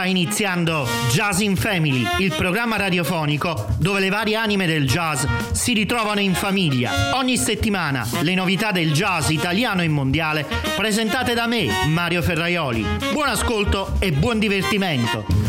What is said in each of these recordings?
Sta iniziando Jazz in Family, il programma radiofonico dove le varie anime del jazz si ritrovano in famiglia. Ogni settimana le novità del jazz italiano e mondiale presentate da me, Mario Ferraioli. Buon ascolto e buon divertimento.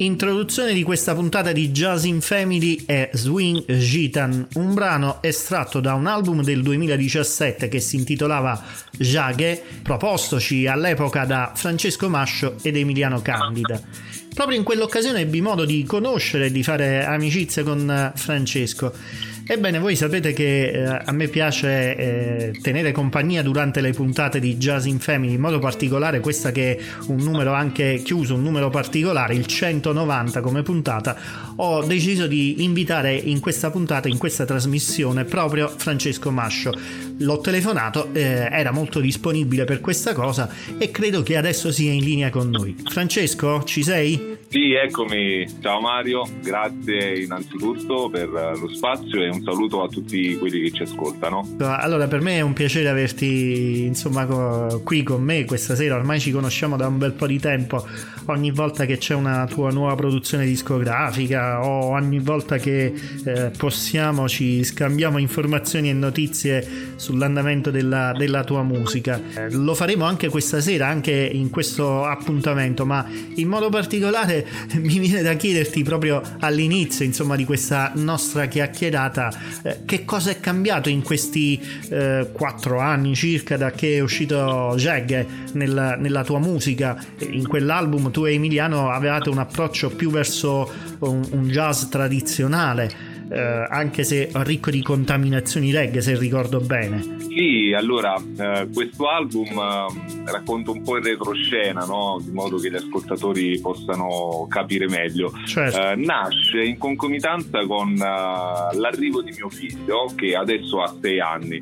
Introduzione di questa puntata di Jazz in Family è Swing Gitan, un brano estratto da un album del 2017 che si intitolava Jaghe, propostoci all'epoca da Francesco Mascio ed Emiliano Candida. Proprio in quell'occasione ebbi modo di conoscere e di fare amicizia con Francesco. Ebbene, voi sapete che a me piace tenere compagnia durante le puntate di Jazz in Family, in modo particolare questa che è un numero anche chiuso, un numero particolare, il 190 come puntata. Ho deciso di invitare in questa puntata, in questa trasmissione, proprio Francesco Mascio. L'ho telefonato, era molto disponibile per questa cosa e credo che adesso sia in linea con noi. Francesco, ci sei? Sì, eccomi. Ciao Mario, grazie innanzitutto per lo spazio e un saluto a tutti quelli che ci ascoltano. Allora, per me è un piacere averti qui con me questa sera. Ormai ci conosciamo da un bel po' di tempo. Ogni volta che c'è una tua nuova produzione discografica o ogni volta che possiamo ci scambiamo informazioni e notizie sull'andamento della tua musica. Lo faremo anche questa sera, anche in questo appuntamento, ma in modo particolare mi viene da chiederti proprio all'inizio, di questa nostra chiacchierata, che cosa è cambiato in questi 4 anni circa da che è uscito Jag nella tua musica. In quell'album tu e Emiliano avevate un approccio più verso un jazz tradizionale, anche se ricco di contaminazioni reggae, se ricordo bene. Sì, allora questo album racconta un po' in retroscena, no? Di modo che gli ascoltatori possano capire meglio. Certo. Nasce in concomitanza con l'arrivo di mio figlio, che adesso ha 6 anni,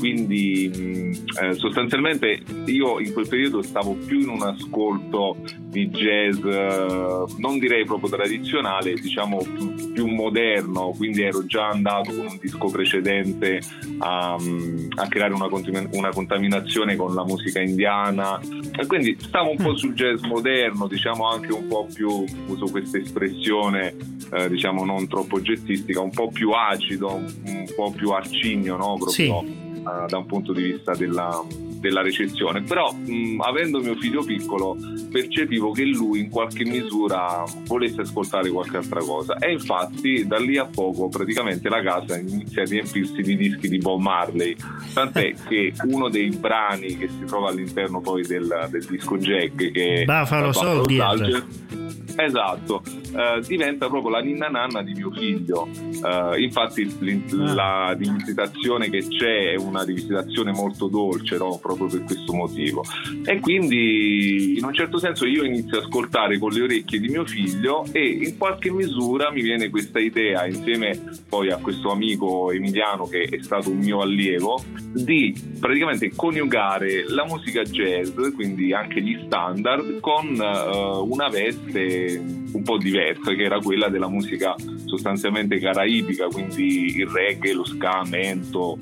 quindi sostanzialmente io in quel periodo stavo più in un ascolto di jazz, non direi proprio tradizionale, diciamo più moderno, quindi ero già andato con un disco precedente a creare una contaminazione con la musica indiana, e quindi stavo un po' sul jazz moderno, diciamo anche un po' più, uso questa espressione diciamo non troppo jazzistica, un po' più acido, un po' più arcigno, no? Proprio sì. Da un punto di vista della recensione, però avendo mio figlio piccolo percepivo che lui in qualche misura volesse ascoltare qualche altra cosa, e infatti da lì a poco praticamente la casa inizia a riempirsi di dischi di Bob Marley, tant'è che uno dei brani che si trova all'interno poi del disco Jag, che Buffalo Soldier, esatto, diventa proprio la ninna nanna di mio figlio. Infatti la rivisitazione che c'è è una rivisitazione molto dolce, no? Proprio per questo motivo, e quindi in un certo senso io inizio ad ascoltare con le orecchie di mio figlio e in qualche misura mi viene questa idea, insieme poi a questo amico Emiliano che è stato un mio allievo, di praticamente coniugare la musica jazz, quindi anche gli standard, con una veste un po' diversa, che era quella della musica sostanzialmente caraibica, quindi il reggae, lo ska, mento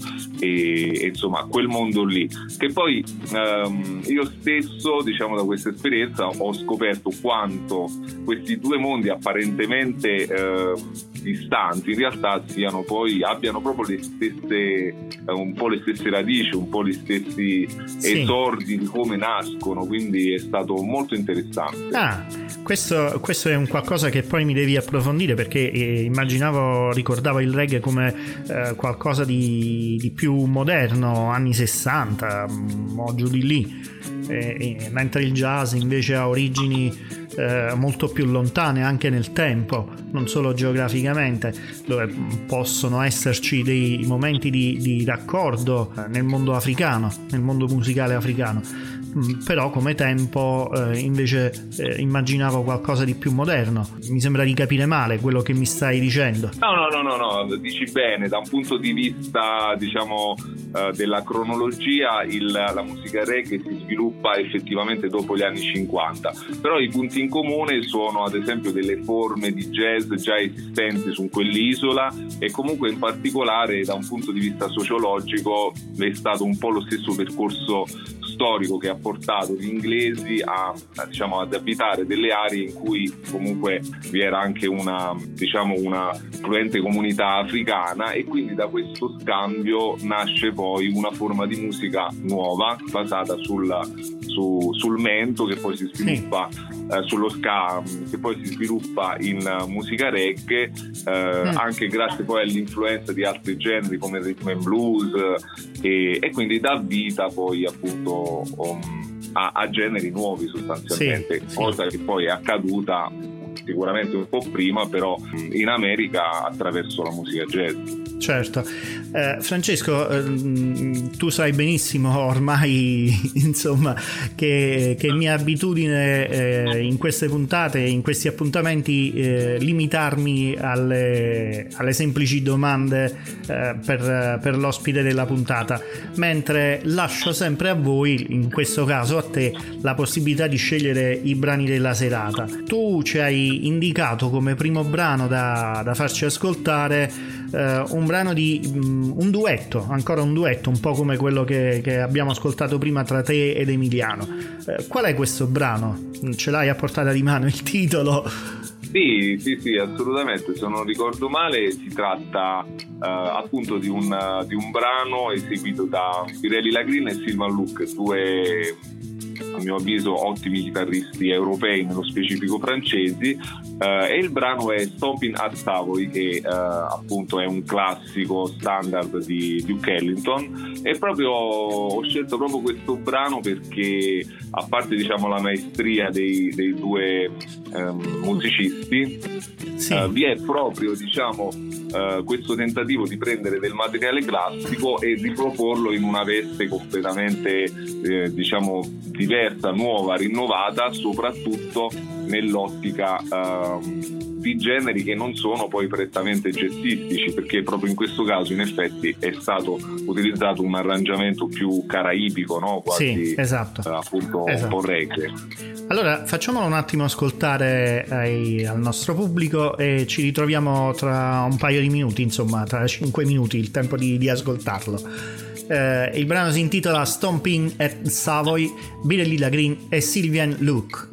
e insomma quel mondo lì, che poi io stesso, diciamo, da questa esperienza ho scoperto quanto questi due mondi apparentemente distanti in realtà abbiano proprio le stesse, un po' le stesse radici, un po' gli stessi esordi di come nascono, quindi è stato molto interessante. Questo è un qualcosa che poi mi devi approfondire, perché ricordavo il reggae come qualcosa di più moderno, anni 60 o giù di lì, mentre il jazz invece ha origini molto più lontane anche nel tempo, non solo geograficamente, dove possono esserci dei momenti di raccordo nel mondo africano, nel mondo musicale africano, però come tempo invece immaginavo qualcosa di più moderno. Mi sembra di capire male quello che mi stai dicendo. No, dici bene. Da un punto di vista, diciamo, della cronologia, la musica reggae si sviluppa effettivamente dopo gli anni 50, però i punti in comune sono ad esempio delle forme di jazz già esistenti su quell'isola, e comunque in particolare da un punto di vista sociologico è stato un po' lo stesso percorso storico che ha portato gli inglesi diciamo, ad abitare delle aree in cui comunque vi era anche una fluente comunità africana, e quindi da questo scambio nasce poi una forma di musica nuova basata sul mento, che poi si sviluppa sullo ska, che poi si sviluppa in musica reggae, anche grazie poi all'influenza di altri generi come il rhythm and blues, e quindi dà vita poi appunto a generi nuovi sostanzialmente, cosa che poi è accaduta sicuramente un po' prima, però in America attraverso la musica jazz. Certo. Francesco, tu sai benissimo ormai, insomma, che è mia abitudine in queste puntate, in questi appuntamenti, limitarmi alle semplici domande per l'ospite della puntata, mentre lascio sempre a voi, in questo caso a te, la possibilità di scegliere i brani della serata. Tu ci hai indicato come primo brano da farci ascoltare un brano di un duetto, ancora un duetto, un po' come quello che abbiamo ascoltato prima tra te ed Emiliano. Qual è questo brano? Ce l'hai a portata di mano il titolo? Sì, assolutamente, se non ricordo male si tratta appunto di un brano eseguito da Pirelli Lagrin e Sylvain Luc, due, a mio avviso, ottimi chitarristi europei, nello specifico francesi, e il brano è Stomping at Savoy, che appunto è un classico standard di Duke Ellington, e proprio ho scelto proprio questo brano perché, a parte diciamo la maestria dei due musicisti, vi è proprio diciamo questo tentativo di prendere del materiale classico e riproporlo in una veste completamente diciamo diversa, nuova, rinnovata, soprattutto nell'ottica di generi che non sono poi prettamente jazzistici, perché proprio in questo caso in effetti è stato utilizzato un arrangiamento più caraibico, no? Quasi, esatto. Appunto un po' reggae. Allora facciamolo un attimo ascoltare al nostro pubblico e ci ritroviamo tra un paio di minuti, insomma tra 5 minuti, il tempo di ascoltarlo. Il brano si intitola Stomping at Savoy, Pirelli Lagrin e Sylvain Luc.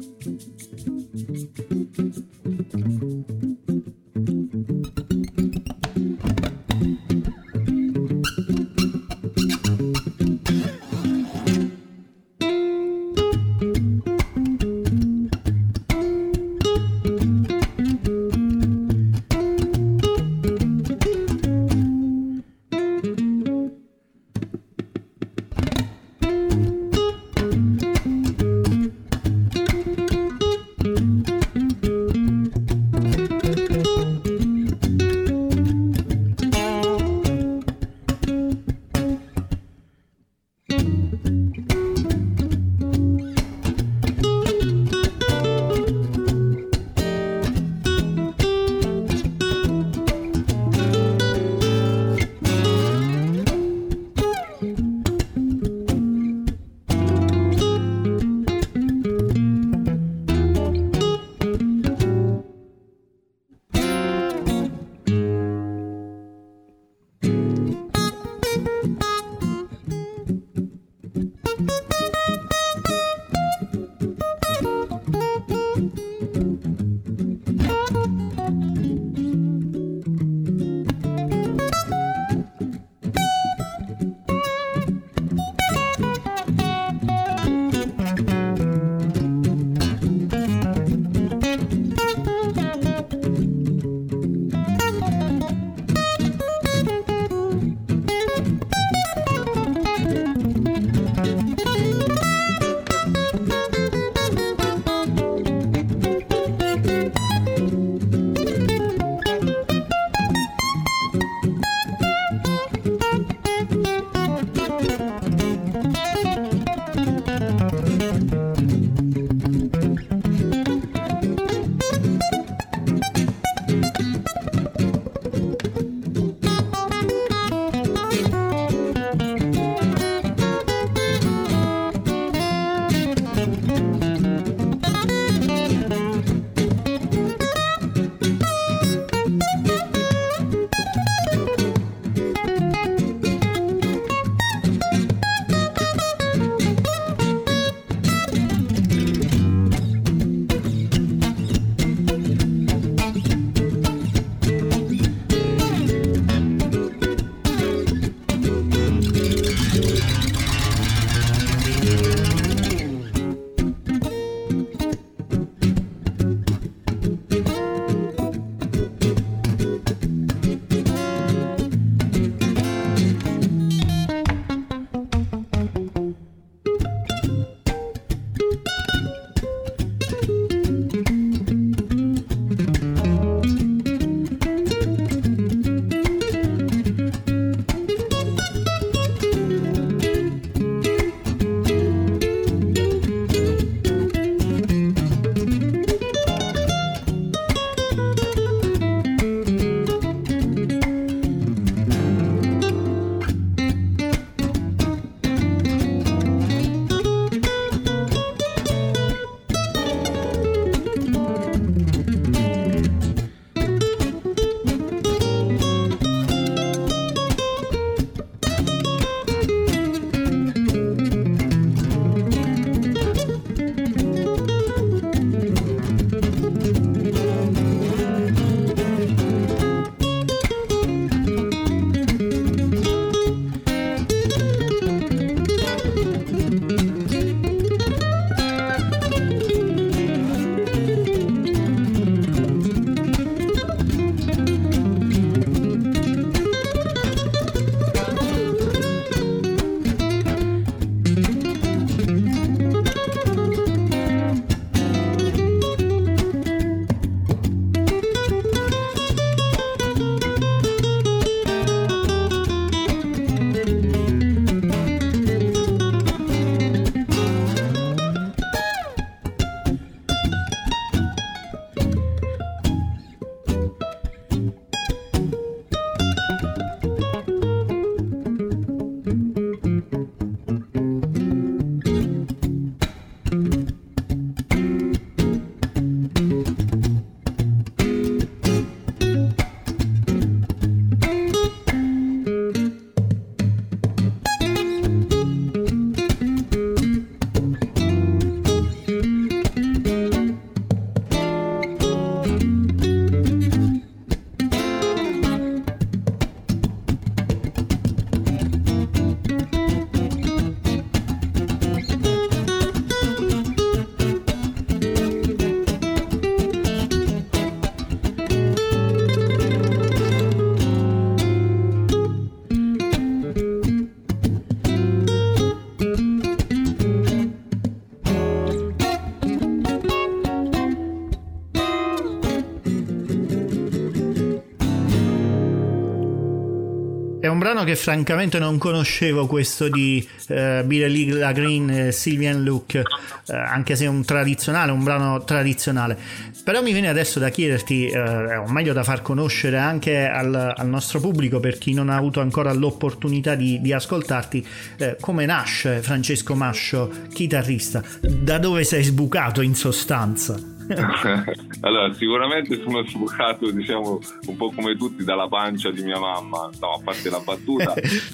È un brano che francamente non conoscevo, questo di Billy Lagreen e Sylvian Luke, anche se è un brano tradizionale. Però mi viene adesso da chiederti, o meglio da far conoscere anche al nostro pubblico, per chi non ha avuto ancora l'opportunità di ascoltarti, come nasce Francesco Mascio, chitarrista? Da dove sei sbucato in sostanza? Allora, sicuramente sono sbucato, diciamo, un po' come tutti, dalla pancia di mia mamma, no, a parte la battuta.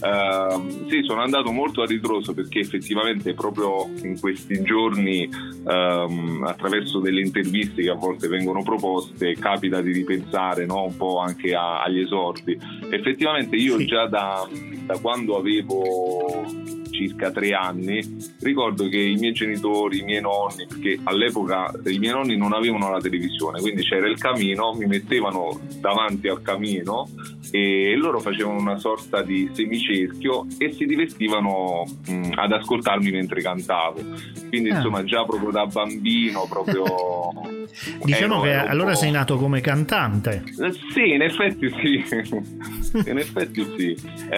Sì, sono andato molto a ritroso, perché effettivamente proprio in questi giorni, attraverso delle interviste che a volte vengono proposte, capita di ripensare, no, un po' anche agli esordi. Effettivamente io sì. Già da quando avevo circa 3 anni, ricordo che i miei genitori, i miei nonni, perché all'epoca i miei nonni non avevano la televisione, quindi c'era il camino, mi mettevano davanti al camino e loro facevano una sorta di semicerchio e si divertivano ad ascoltarmi mentre cantavo. Quindi insomma, già proprio da bambino proprio diciamo che allora sei nato come cantante. Sì, in effetti sì. In effetti sì.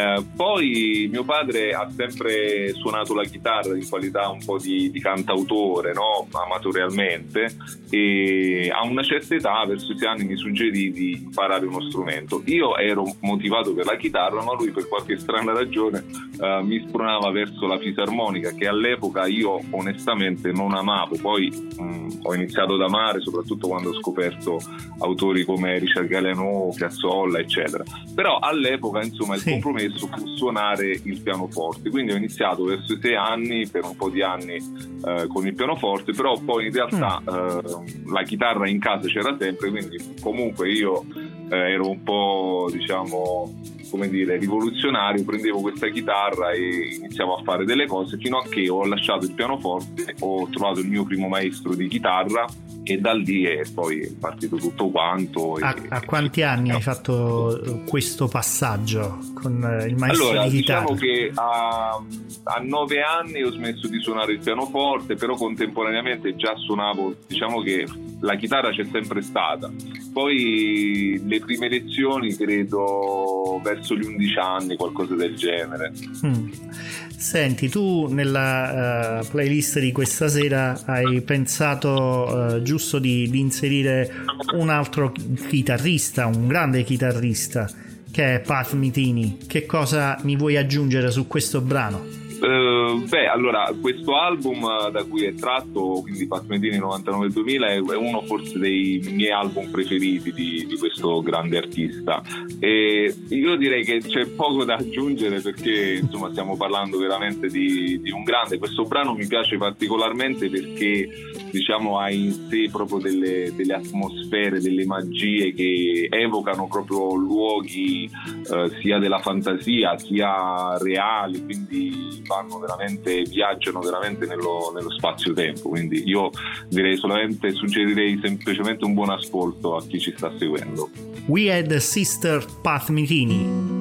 Poi mio padre ha sempre suonato la chitarra in qualità un po' di cantautore, no? Amatorialmente, e a una certa età, verso i 6 anni, mi suggerì di imparare uno strumento. Io ero motivato per la chitarra, ma lui per qualche strana ragione mi spronava verso la fisarmonica, che all'epoca io onestamente non amavo. Poi ho iniziato ad amare soprattutto quando ho scoperto autori come Richard Galliano, Piazzolla, eccetera. Però all'epoca, insomma, il compromesso fu suonare il pianoforte, quindi ho iniziato verso i 6 anni, per un po' di anni con il pianoforte, però poi in realtà la chitarra in casa c'era sempre, quindi comunque io ero un po', diciamo, come dire, rivoluzionario, prendevo questa chitarra e iniziavo a fare delle cose, fino a che ho lasciato il pianoforte, ho trovato il mio primo maestro di chitarra e da lì è poi partito tutto quanto. A quanti anni hai fatto questo passaggio con il maestro di chitarra? Diciamo che a 9 anni ho smesso di suonare il pianoforte, però contemporaneamente già suonavo, diciamo che la chitarra c'è sempre stata. Poi le prime lezioni credo verso gli 11 anni, qualcosa del genere. Senti, tu nella playlist di questa sera hai pensato giusto di inserire un altro chitarrista, un grande chitarrista, che è Pat Metheny. Che cosa mi vuoi aggiungere su questo brano? Allora, questo album da cui è tratto, quindi Pat Metheny 99-2000, è uno forse dei miei album preferiti di questo grande artista, e io direi che c'è poco da aggiungere, perché insomma stiamo parlando veramente di un grande. Questo brano mi piace particolarmente perché, diciamo, ha in sé proprio delle atmosfere, delle magie che evocano proprio luoghi sia della fantasia sia reali, quindi viaggiano veramente nello spazio-tempo. Quindi io suggerirei semplicemente un buon ascolto a chi ci sta seguendo. We Had a Sister, Pat Metheny.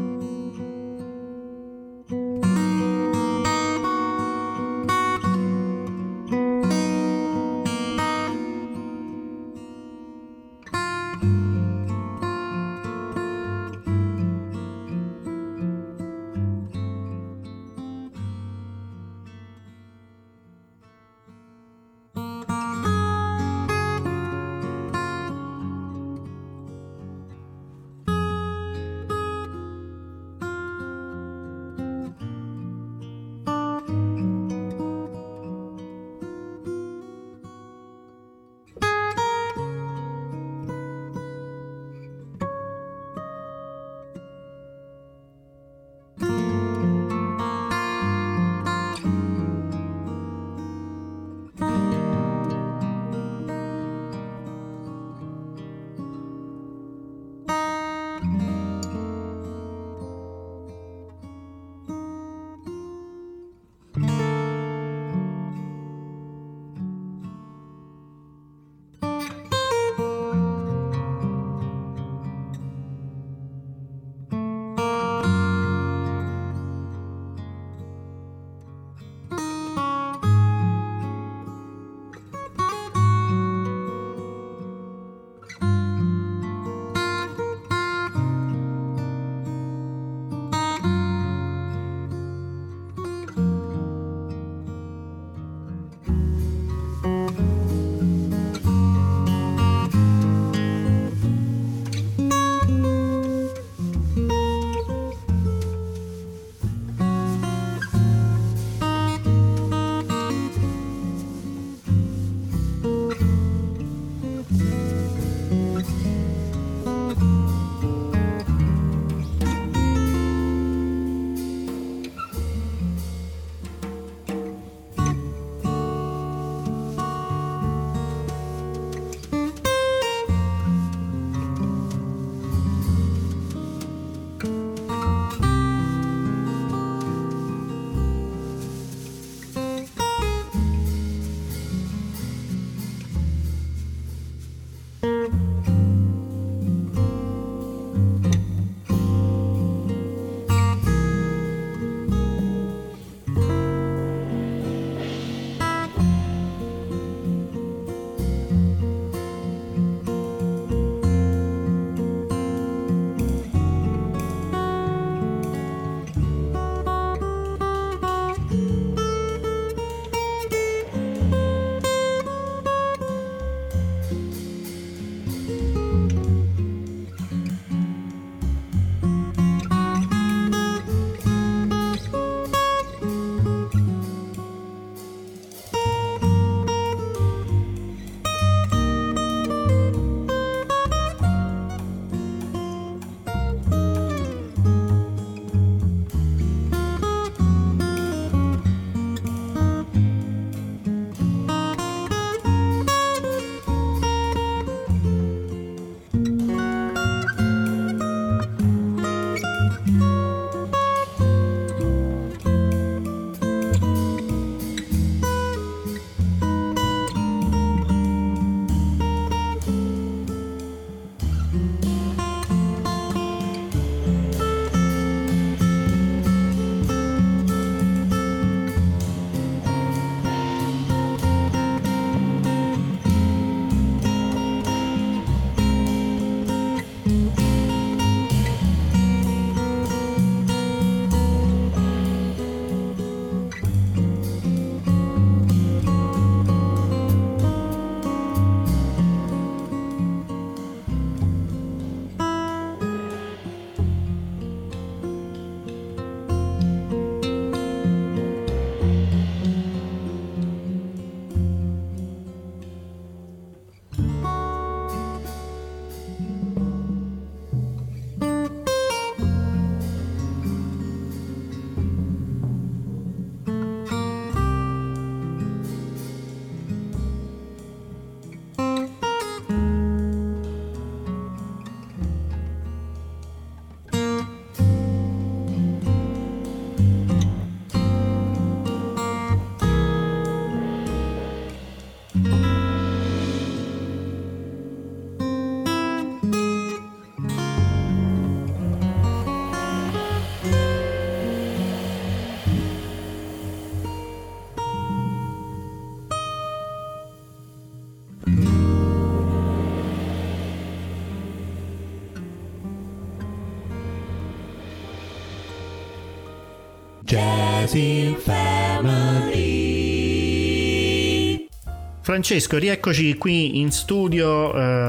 Jazzing Family. Francesco, rieccoci qui in studio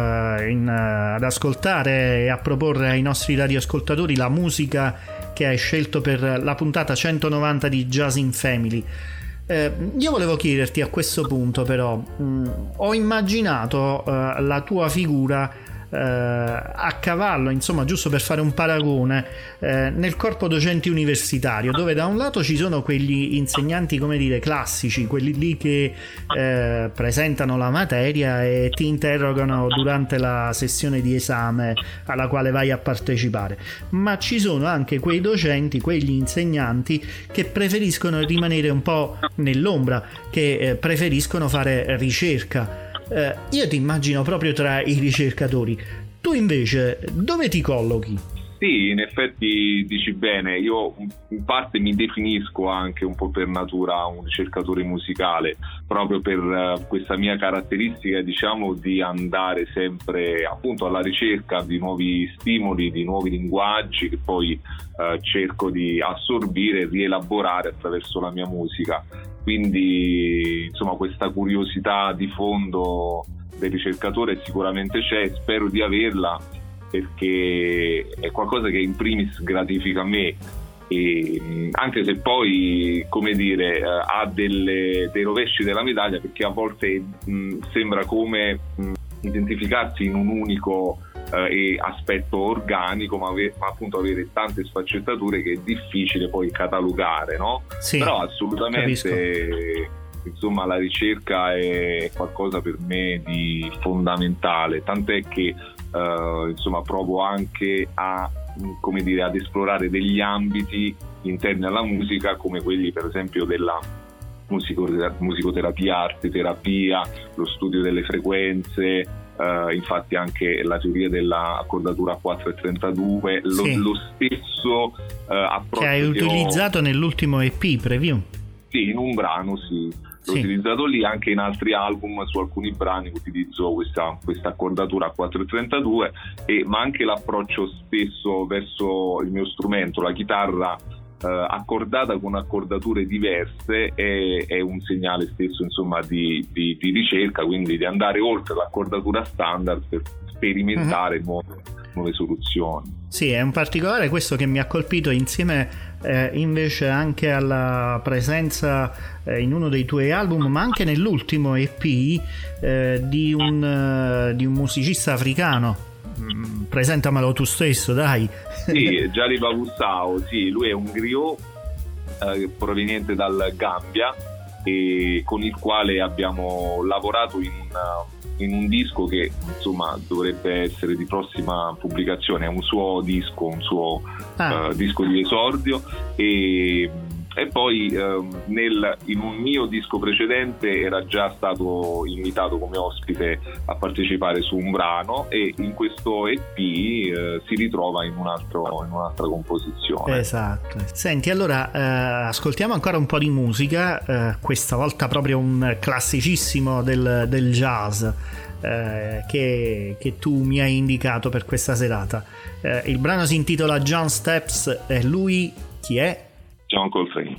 ad ascoltare e a proporre ai nostri radioascoltatori la musica che hai scelto per la puntata 190 di Jazzing Family. Io volevo chiederti a questo punto, però, ho immaginato la tua figura a cavallo, insomma, giusto per fare un paragone, nel corpo docente universitario, dove da un lato ci sono quegli insegnanti, come dire, classici, quelli lì che presentano la materia e ti interrogano durante la sessione di esame alla quale vai a partecipare, ma ci sono anche quei docenti, quegli insegnanti che preferiscono rimanere un po' nell'ombra, che preferiscono fare ricerca. Io ti immagino proprio tra i ricercatori. Tu invece dove ti collochi? Sì, in effetti dici bene, io in parte mi definisco anche un po' per natura un ricercatore musicale, proprio per questa mia caratteristica, diciamo, di andare sempre appunto alla ricerca di nuovi stimoli, di nuovi linguaggi che poi cerco di assorbire e rielaborare attraverso la mia musica. Quindi insomma questa curiosità di fondo del ricercatore sicuramente c'è, spero di averla, perché è qualcosa che in primis gratifica me, e anche se poi, come dire, ha dei rovesci della medaglia, perché a volte sembra come identificarsi in un unico aspetto organico, ma appunto avere tante sfaccettature che è difficile poi catalogare, no? Sì, però assolutamente capisco. Insomma la ricerca è qualcosa per me di fondamentale, tant'è che insomma provo anche a, come dire, ad esplorare degli ambiti interni alla musica, come quelli per esempio della musicoterapia, arteterapia, lo studio delle frequenze, infatti anche la teoria dell'accordatura a 4 e 32, sì, lo stesso approccio che hai utilizzato nell'ultimo EP Preview. Sì, in un brano sì. L'ho utilizzato lì, anche in altri album, su alcuni brani utilizzo questa accordatura a 4 e 32, ma anche l'approccio spesso verso il mio strumento, la chitarra accordata con accordature diverse, è un segnale stesso, insomma, di ricerca, quindi di andare oltre l'accordatura standard per sperimentare nuove soluzioni. Sì, è un particolare questo che mi ha colpito, insieme invece anche alla presenza in uno dei tuoi album, ma anche nell'ultimo EP, di un musicista africano. Presentamelo tu stesso, dai. Sì, Jali Baboussao, sì, lui è un griot proveniente dal Gambia, e con il quale abbiamo lavorato in un disco che insomma dovrebbe essere di prossima pubblicazione. È un suo disco, disco di esordio, e poi in un mio disco precedente era già stato invitato come ospite a partecipare su un brano, e in questo EP si ritrova in un'altra composizione. Esatto. Senti, allora ascoltiamo ancora un po' di musica, questa volta proprio un classicissimo del jazz che tu mi hai indicato per questa serata. Il brano si intitola John Steps, e lui chi è? John Coltrane.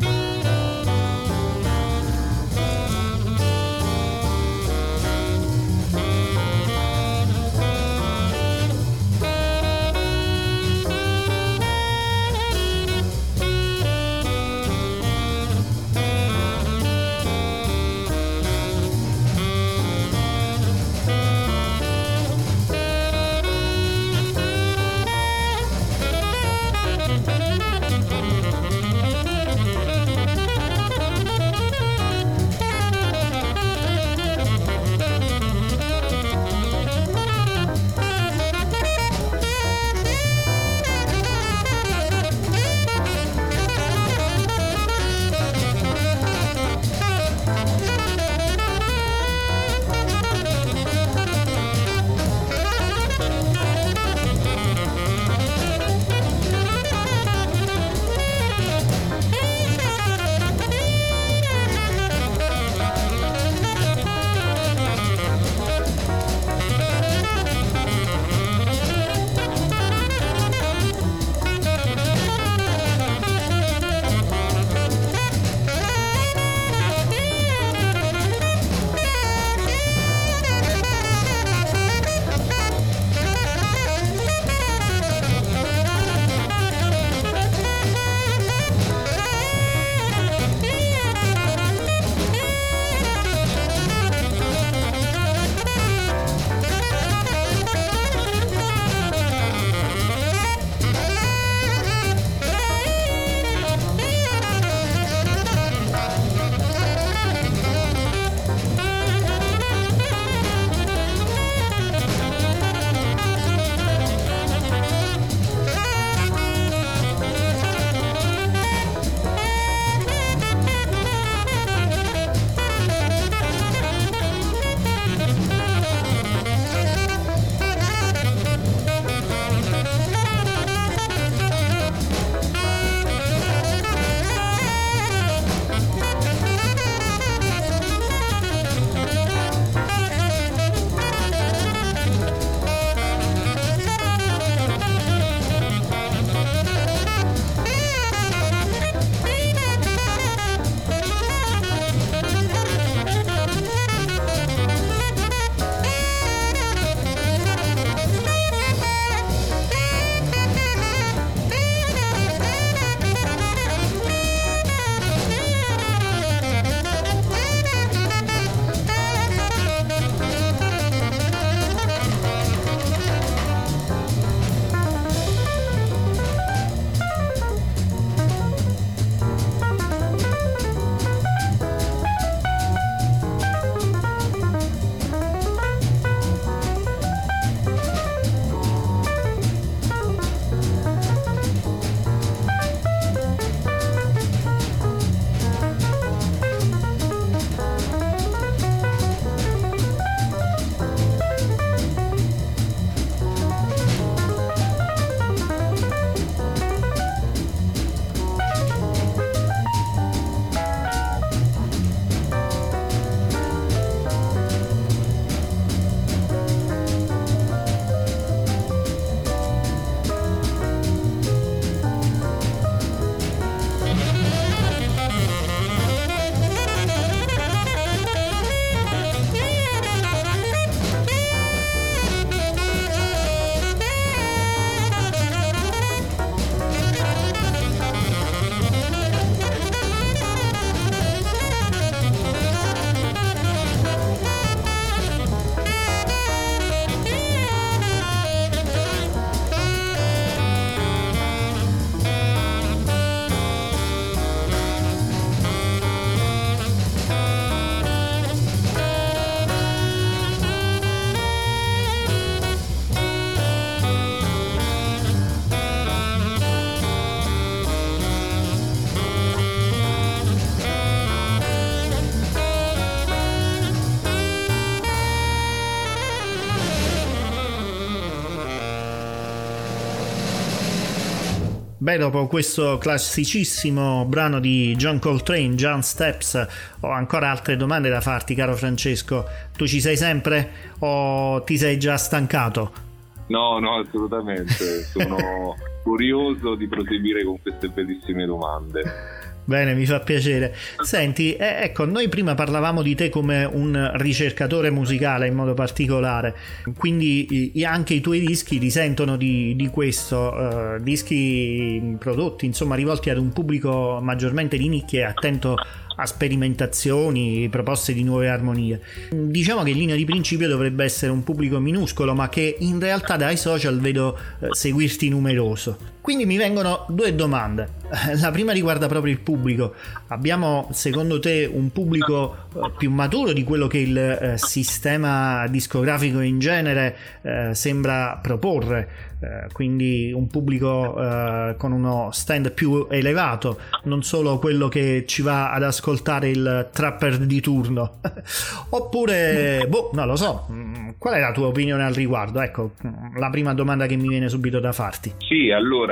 Beh, dopo questo classicissimo brano di John Coltrane, John Steps, ho ancora altre domande da farti, caro Francesco. Tu ci sei sempre o ti sei già stancato? No, assolutamente. Sono curioso di proseguire con queste bellissime domande. Bene, mi fa piacere. Senti, ecco, noi prima parlavamo di te come un ricercatore musicale in modo particolare, quindi anche i tuoi dischi risentono di questo, dischi prodotti, insomma, rivolti ad un pubblico maggiormente di nicchia e attento a sperimentazioni, proposte di nuove armonie. Diciamo che in linea di principio dovrebbe essere un pubblico minuscolo, ma che in realtà dai social vedo seguirti numeroso. Quindi mi vengono due domande. La prima riguarda proprio il pubblico. Abbiamo, secondo te, un pubblico più maturo di quello che il sistema discografico in genere sembra proporre? Quindi un pubblico con uno stand più elevato, non solo quello che ci va ad ascoltare il trapper di turno. Oppure, non lo so, qual è la tua opinione al riguardo? Ecco, la prima domanda che mi viene subito da farti. Sì, allora,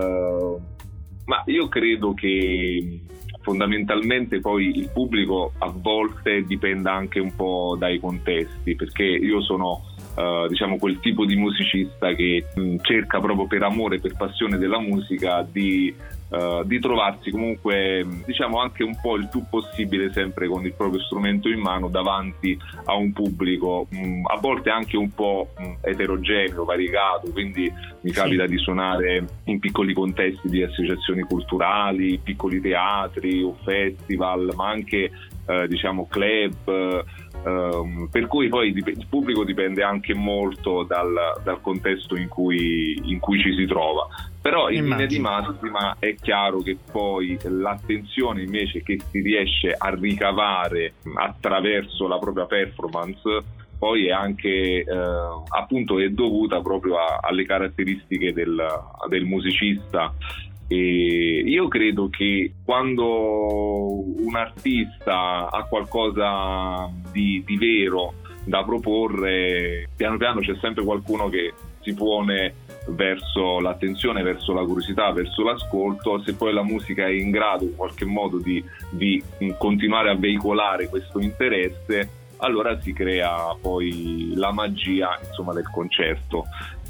ma io credo che fondamentalmente poi il pubblico a volte dipenda anche un po' dai contesti, perché io sono diciamo quel tipo di musicista che cerca proprio per amore, per passione della musica di trovarsi comunque, diciamo, anche un po' il più possibile sempre con il proprio strumento in mano davanti a un pubblico a volte anche un po' eterogeneo, variegato, quindi mi capita di suonare in piccoli contesti di associazioni culturali, piccoli teatri o festival, ma anche diciamo club, per cui poi il pubblico dipende anche molto dal contesto in cui ci si trova. Però in linea di massima è chiaro che poi l'attenzione invece che si riesce a ricavare attraverso la propria performance poi è anche appunto è dovuta proprio alle caratteristiche del musicista. E io credo che quando un artista ha qualcosa di vero da proporre, piano piano c'è sempre qualcuno che si pone verso l'attenzione, verso la curiosità, verso l'ascolto. Se poi la musica è in grado in qualche modo di continuare a veicolare questo interesse, allora si crea poi la magia, insomma, del concerto.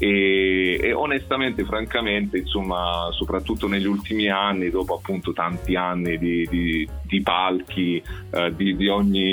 E onestamente, francamente, insomma, soprattutto negli ultimi anni, dopo appunto tanti anni di palchi di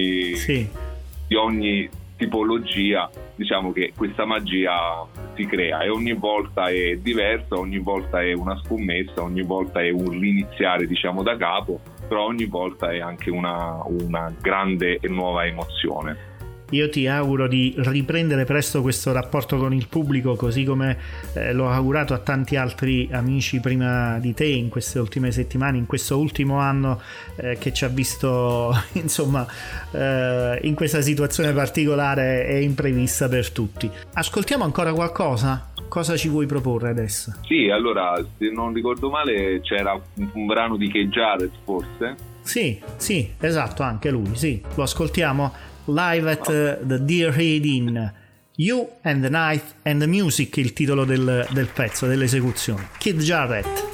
ogni tipologia, diciamo che questa magia si crea e ogni volta è diversa, ogni volta è una scommessa, ogni volta è un riniziare, diciamo, da capo, però ogni volta è anche una grande e nuova emozione. Io ti auguro di riprendere presto questo rapporto con il pubblico, così come l'ho augurato a tanti altri amici prima di te in queste ultime settimane, in questo ultimo anno che ci ha visto insomma in questa situazione particolare e imprevista per tutti. Ascoltiamo ancora qualcosa? Cosa ci vuoi proporre adesso? Sì, allora, se non ricordo male c'era un brano di Keith Jarrett, forse? Sì, esatto, anche lui, sì. Lo ascoltiamo live at the Deerhead Inn. You and the Night and the Music, il titolo del pezzo, dell'esecuzione. Keith Jarrett.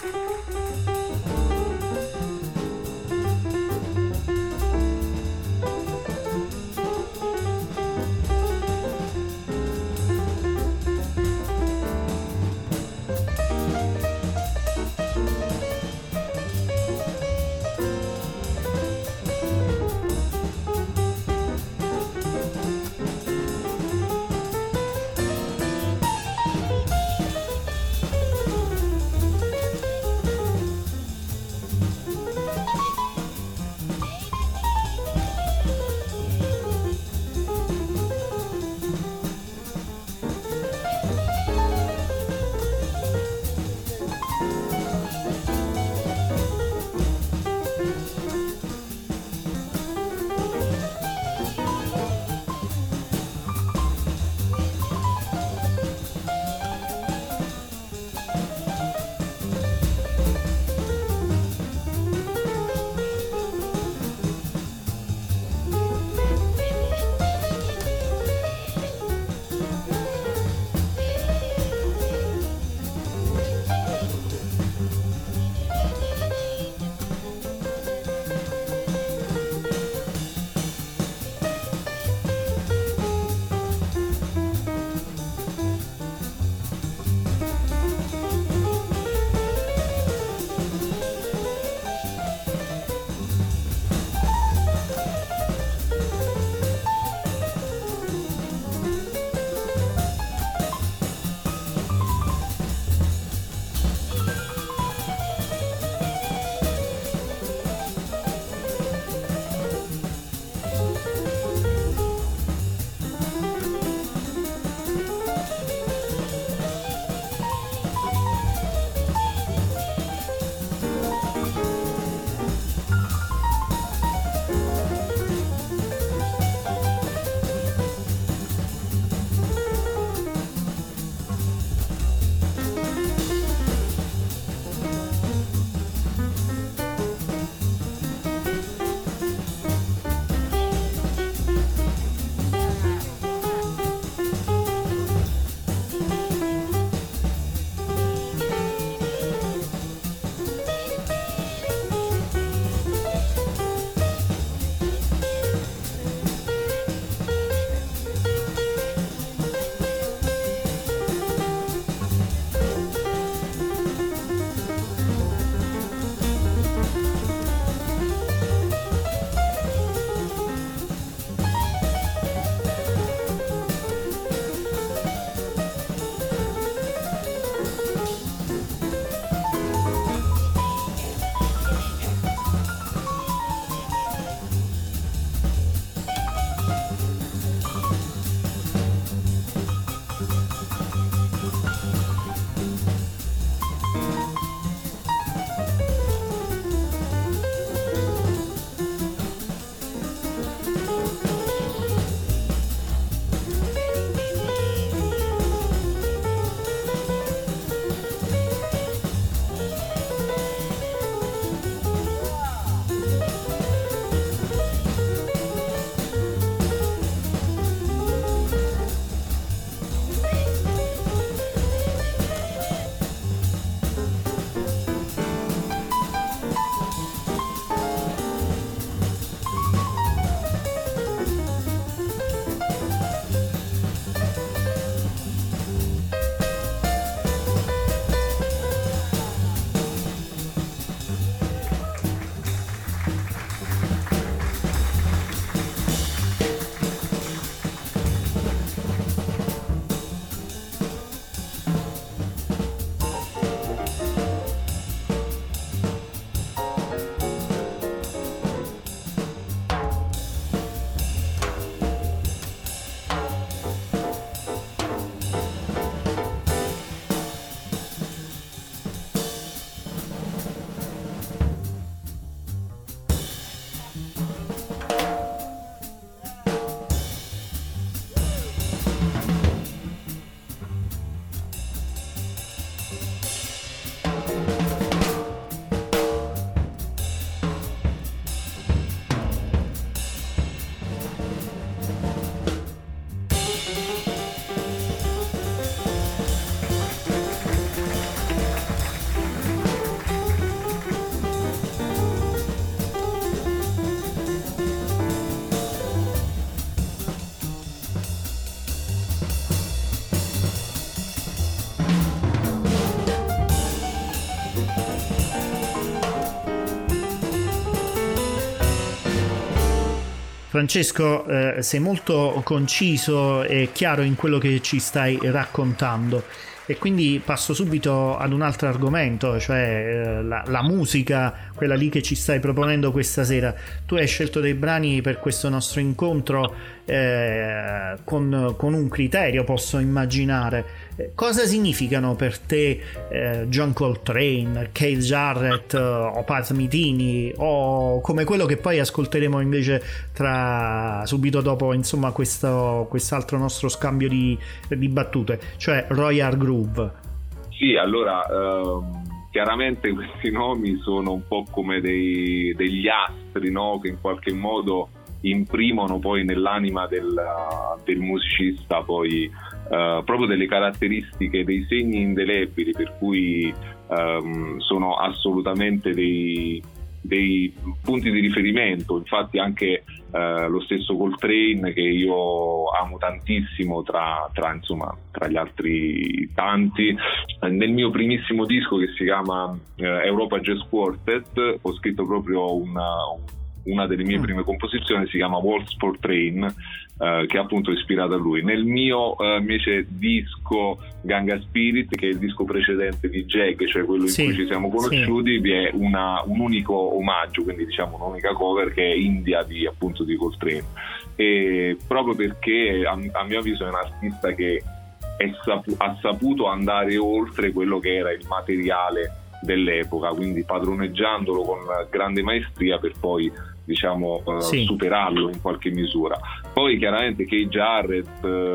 Francesco, sei molto conciso e chiaro in quello che ci stai raccontando. E quindi passo subito ad un altro argomento, cioè la musica, quella lì che ci stai proponendo questa sera. Tu hai scelto dei brani per questo nostro incontro con un criterio, posso immaginare. Cosa significano per te John Coltrane, Keith Jarrett o Pat Metheny, o come quello che poi ascolteremo invece subito dopo, insomma, quest'altro nostro scambio di battute, cioè Royal Groove? Sì, allora chiaramente questi nomi sono un po' come degli astri, no? Che in qualche modo imprimono poi nell'anima del musicista poi proprio delle caratteristiche, dei segni indelebili, per cui sono assolutamente dei punti di riferimento. Infatti anche lo stesso Coltrane, che io amo tantissimo tra gli altri tanti, nel mio primissimo disco che si chiama Europa Jazz Quartet ho scritto proprio una delle mie prime composizioni, si chiama Waltz for Train, che è appunto ispirata a lui. Nel mio invece disco Ganga Spirit, che è il disco precedente di Jag, cioè quello in cui ci siamo conosciuti, vi è un unico omaggio, quindi diciamo un'unica cover, che è India di Coltrane, e proprio perché a mio avviso è un artista che ha saputo andare oltre quello che era il materiale dell'epoca, quindi padroneggiandolo con grande maestria per poi superarlo in qualche misura. Poi chiaramente Keith Jarrett,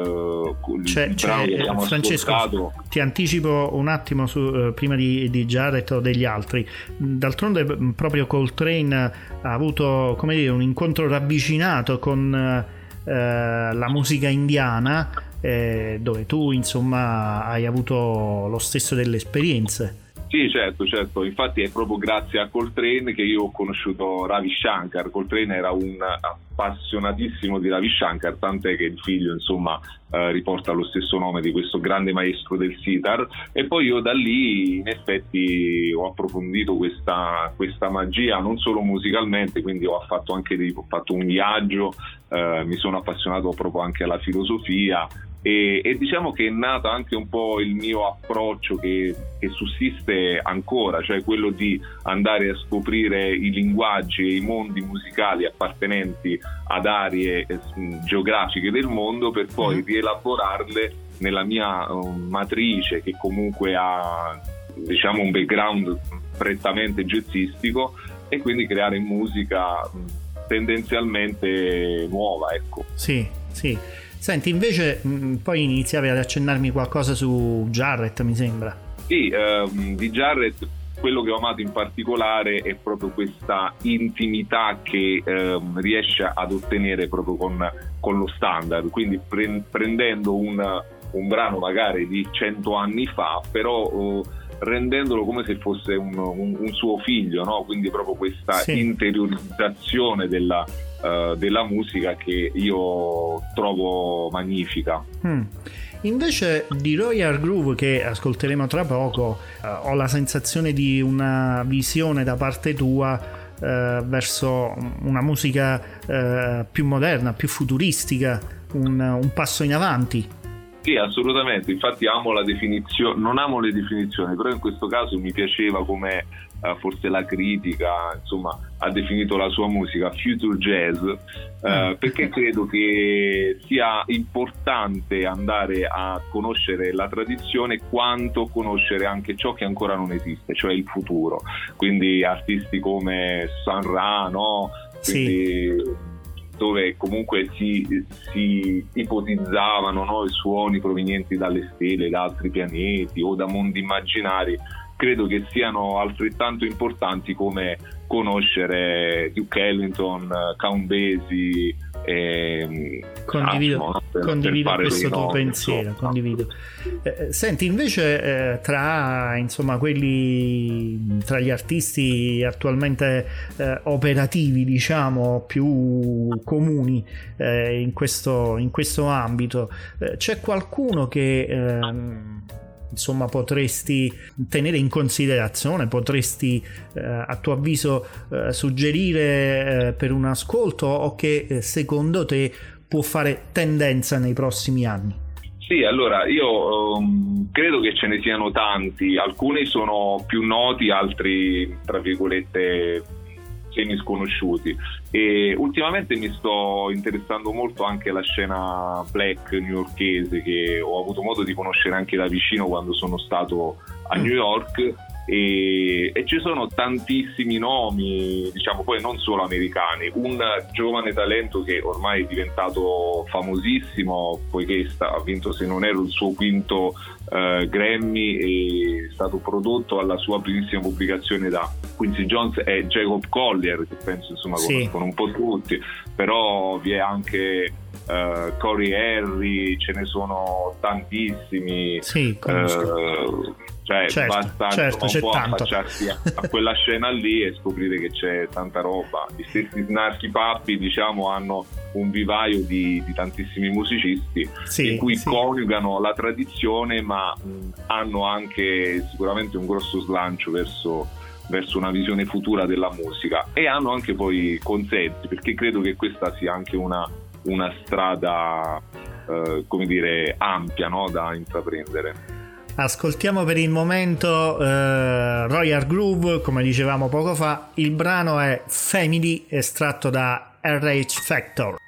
Francesco, ascoltato... ti anticipo un attimo prima di Jarrett o degli altri. D'altronde proprio Coltrane ha avuto, come dire, un incontro ravvicinato con la musica indiana, dove tu insomma hai avuto lo stesso delle esperienze. Sì, certo, infatti è proprio grazie a Coltrane che io ho conosciuto Ravi Shankar. Coltrane era un appassionatissimo di Ravi Shankar, tant'è che il figlio insomma riporta lo stesso nome di questo grande maestro del sitar, e poi io da lì in effetti ho approfondito questa magia non solo musicalmente, quindi ho fatto un viaggio, mi sono appassionato proprio anche alla filosofia. E diciamo che è nato anche un po' il mio approccio che sussiste ancora, cioè quello di andare a scoprire i linguaggi e i mondi musicali appartenenti ad aree geografiche del mondo, per poi rielaborarle nella mia matrice, che comunque ha diciamo un background prettamente jazzistico, e quindi creare musica tendenzialmente nuova, ecco. Sì. Senti, invece poi iniziavi ad accennarmi qualcosa su Jarrett, mi sembra. Sì, di Jarrett quello che ho amato in particolare è proprio questa intimità che riesce ad ottenere proprio con lo standard, quindi prendendo un brano magari di 100 anni fa, però rendendolo come se fosse un suo figlio, no? Quindi proprio questa interiorizzazione della musica che io trovo magnifica. Invece di Royal Groove, che ascolteremo tra poco, ho la sensazione di una visione da parte tua verso una musica più moderna, più futuristica, un passo in avanti. Sì, assolutamente, infatti amo la definizione, non amo le definizioni, però in questo caso mi piaceva come forse la critica insomma ha definito la sua musica future jazz, perché credo che sia importante andare a conoscere la tradizione quanto conoscere anche ciò che ancora non esiste, cioè il futuro, quindi artisti come Sun Ra, no? Quindi dove comunque si ipotizzavano, no, i suoni provenienti dalle stelle, da altri pianeti o da mondi immaginari. Credo che siano altrettanto importanti come conoscere Duke Ellington, Count Basie. Condivido questo tuo pensiero. Condivido. Senti, invece tra gli artisti attualmente operativi, diciamo più comuni in questo ambito, c'è qualcuno che insomma potresti tenere in considerazione, potresti a tuo avviso suggerire per un ascolto, o che secondo te può fare tendenza nei prossimi anni? Sì, allora io credo che ce ne siano tanti, alcuni sono più noti, altri tra virgolette semi sconosciuti, e ultimamente mi sto interessando molto anche alla scena black newyorkese, che ho avuto modo di conoscere anche da vicino quando sono stato a New York, e ci sono tantissimi nomi, diciamo, poi non solo americani. Un giovane talento che ormai è diventato famosissimo, poiché ha vinto, se non ero, il suo quinto Grammy, e è stato prodotto alla sua primissima pubblicazione da Quincy Jones, è Jacob Collier, che penso insomma conoscono un po' tutti, però vi è anche Corey Harry, ce ne sono tantissimi. Sì, cioè basta un po' tanto affacciarsi a quella scena lì e scoprire che c'è tanta roba. Gli stessi Snarky Puppy, diciamo, hanno un vivaio di tantissimi musicisti, in cui coniugano la tradizione, ma hanno anche sicuramente un grosso slancio verso una visione futura della musica, e hanno anche poi consensi, perché credo che questa sia anche una strada come dire ampia, no, da intraprendere. Ascoltiamo per il momento Royal Groove, come dicevamo poco fa. Il brano è Family, estratto da RH Factor.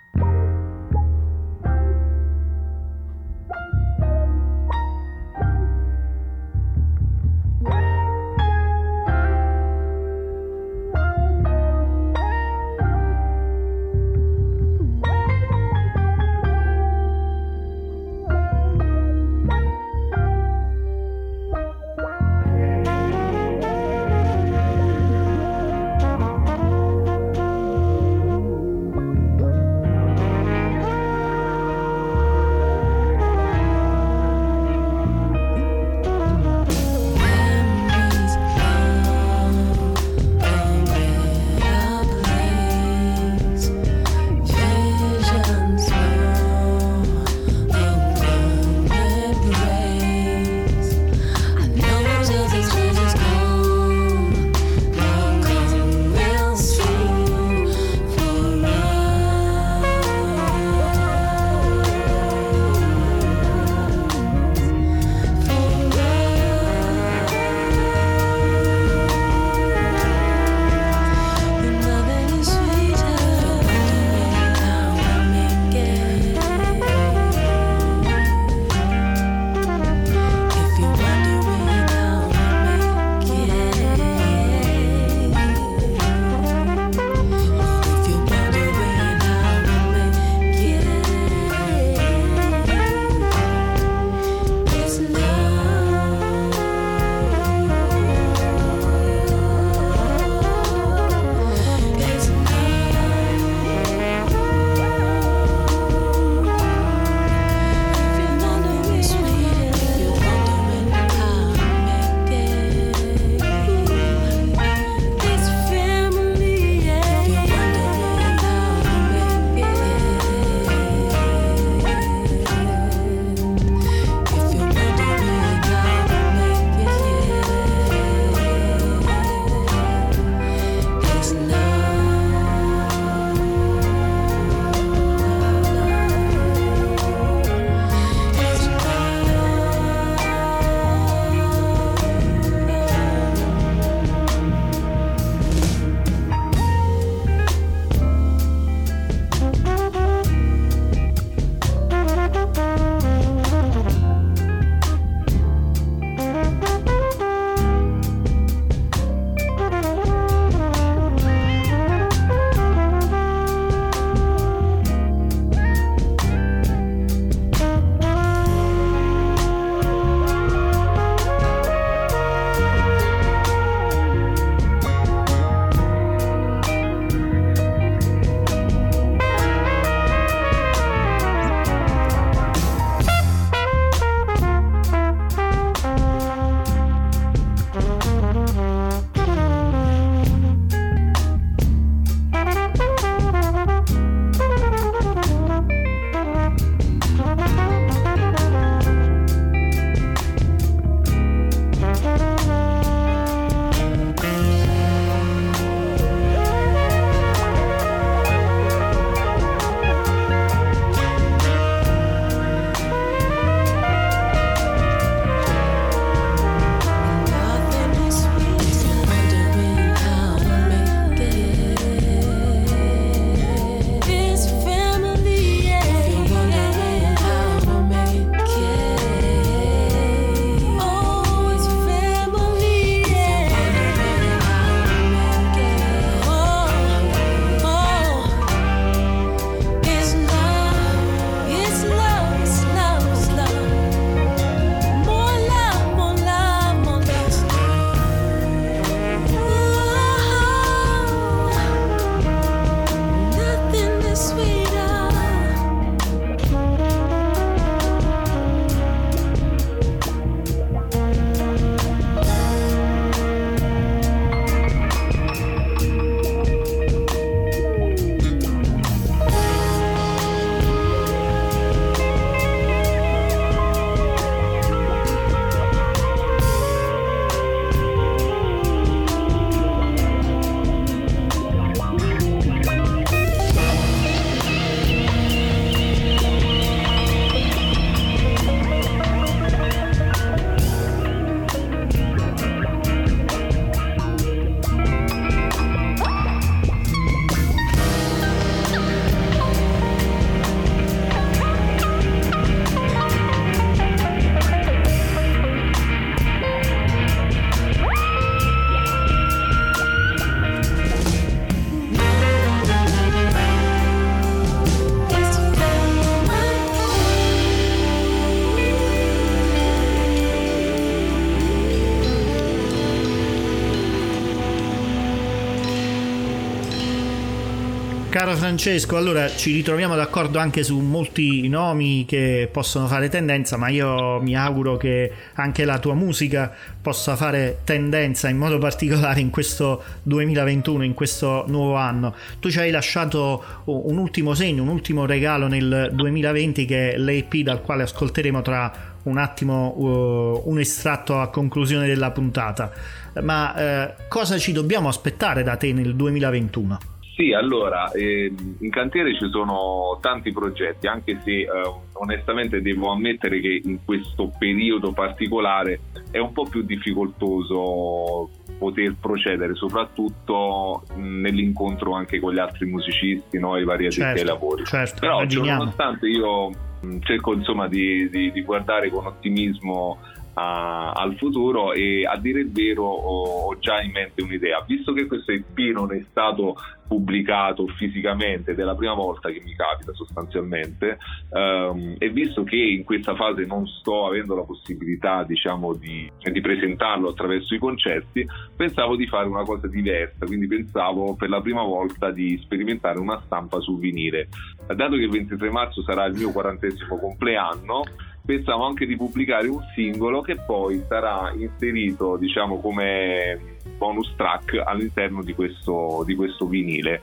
Caro Francesco, allora ci ritroviamo d'accordo anche su molti nomi che possono fare tendenza, ma io mi auguro che anche la tua musica possa fare tendenza in modo particolare in questo 2021, in questo nuovo anno. Tu ci hai lasciato un ultimo segno, un ultimo regalo nel 2020, che è l'EP dal quale ascolteremo tra un attimo un estratto a conclusione della puntata. Ma cosa ci dobbiamo aspettare da te nel 2021? Sì, allora, in cantiere ci sono tanti progetti, anche se onestamente devo ammettere che in questo periodo particolare è un po' più difficoltoso poter procedere, soprattutto nell'incontro anche con gli altri musicisti, no? I vari addetti ai lavori. Certo, però nonostante io cerco insomma di guardare con ottimismo al futuro, e a dire il vero ho già in mente un'idea, visto che questo EP non è stato pubblicato fisicamente ed è la prima volta che mi capita sostanzialmente, e visto che in questa fase non sto avendo la possibilità, diciamo, di presentarlo attraverso i concerti, pensavo di fare una cosa diversa, quindi pensavo per la prima volta di sperimentare una stampa su vinile. Dato che il 23 marzo sarà il mio 40° compleanno, pensavo anche di pubblicare un singolo che poi sarà inserito, diciamo, come bonus track all'interno di questo vinile.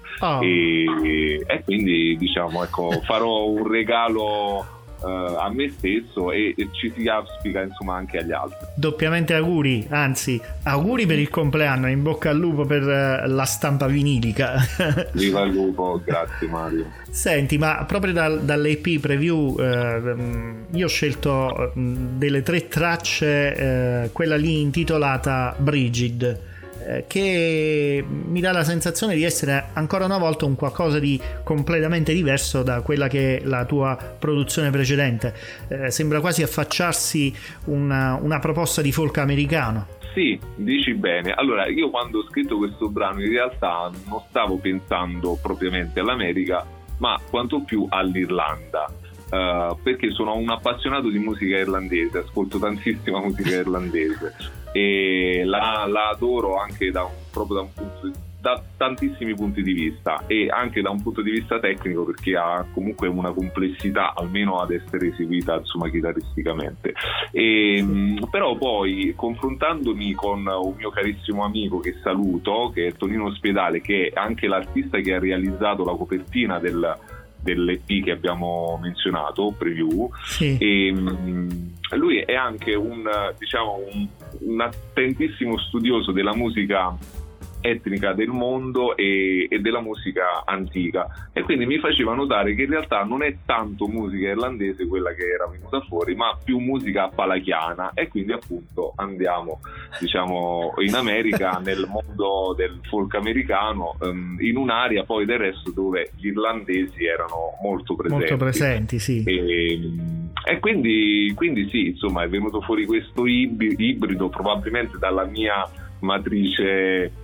E quindi, diciamo, ecco, farò un regalo a me stesso e ci si auspica insomma anche agli altri. Doppiamente auguri, anzi auguri per il compleanno, in bocca al lupo per la stampa vinilica. Viva il lupo, grazie Mario. Senti, ma proprio dall'EP Preview io ho scelto delle 3 tracce, quella lì intitolata Brigid, che mi dà la sensazione di essere ancora una volta un qualcosa di completamente diverso da quella che è la tua produzione precedente. Sembra quasi affacciarsi una proposta di folk americano. Sì, dici bene. Allora, io quando ho scritto questo brano in realtà non stavo pensando propriamente all'America, ma quanto più all'Irlanda. Perché sono un appassionato di musica irlandese, ascolto tantissima musica irlandese e la adoro anche da tantissimi punti di vista, e anche da un punto di vista tecnico, perché ha comunque una complessità, almeno ad essere eseguita insomma chitarristicamente. Però poi, confrontandomi con un mio carissimo amico che saluto, che è Tonino Spiedale, che è anche l'artista che ha realizzato la copertina dell'EP che abbiamo menzionato, Preview, sì. E lui è anche un attentissimo studioso della musica etnica del mondo e della musica antica, e quindi mi faceva notare che in realtà non è tanto musica irlandese quella che era venuta fuori, ma più musica palachiana, e quindi appunto andiamo, diciamo, in America, nel mondo del folk americano, in un'area poi del resto dove gli irlandesi erano molto presenti, sì. E quindi sì, insomma, è venuto fuori questo ibrido, probabilmente dalla mia matrice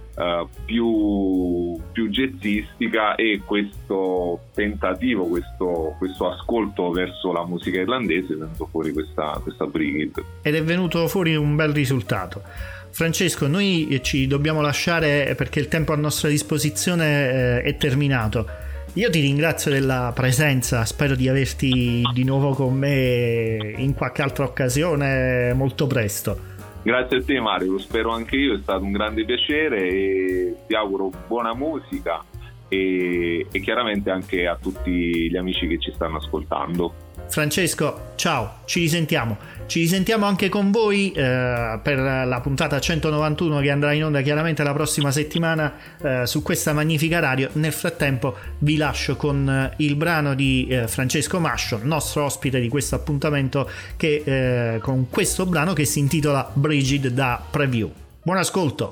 più jazzistica, e questo tentativo, questo ascolto verso la musica irlandese, è venuto fuori questa Brigid, ed è venuto fuori un bel risultato. Francesco, noi ci dobbiamo lasciare perché il tempo a nostra disposizione è terminato. Io ti ringrazio della presenza, spero di averti di nuovo con me in qualche altra occasione molto presto. Grazie a te Mario, lo spero anche io, è stato un grande piacere e ti auguro buona musica e chiaramente anche a tutti gli amici che ci stanno ascoltando. Francesco, ciao, ci risentiamo anche con voi per la puntata 191 che andrà in onda chiaramente la prossima settimana su questa magnifica radio. Nel frattempo vi lascio con il brano di Francesco Mascio, nostro ospite di questo appuntamento, che con questo brano che si intitola Brigid da Preview. Buon ascolto.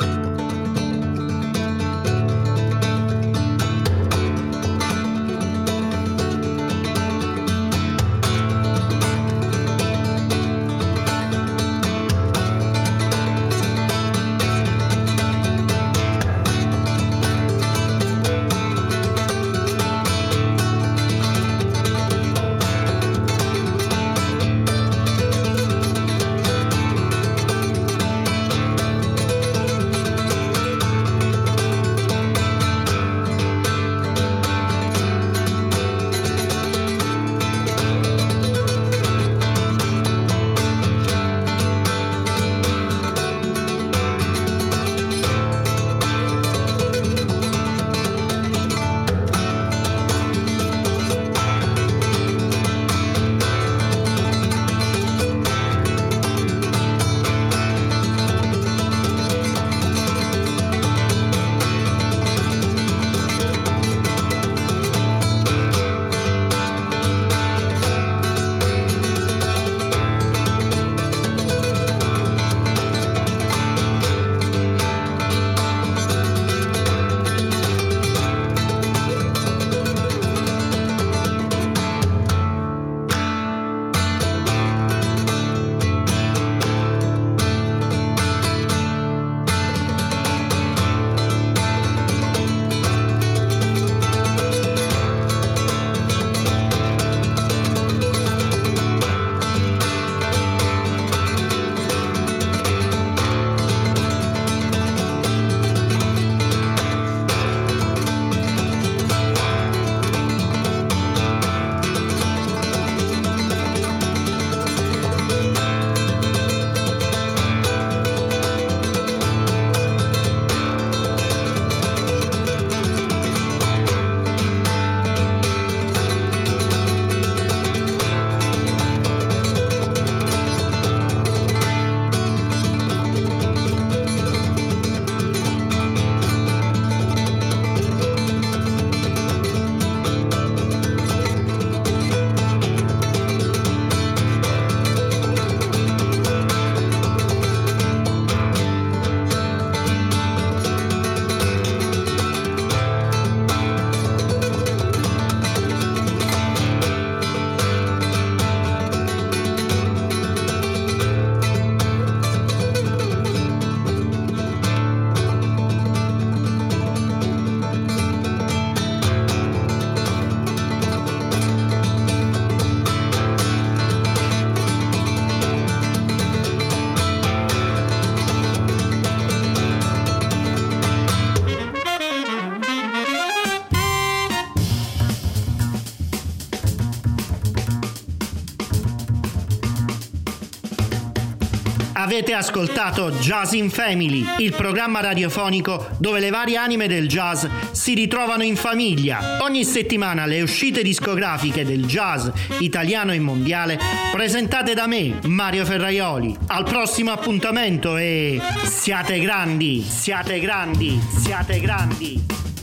Avete ascoltato Jazz in Family, il programma radiofonico dove le varie anime del jazz si ritrovano in famiglia. Ogni settimana le uscite discografiche del jazz italiano e mondiale presentate da me, Mario Ferraioli. Al prossimo appuntamento e siate grandi, siate grandi, siate grandi.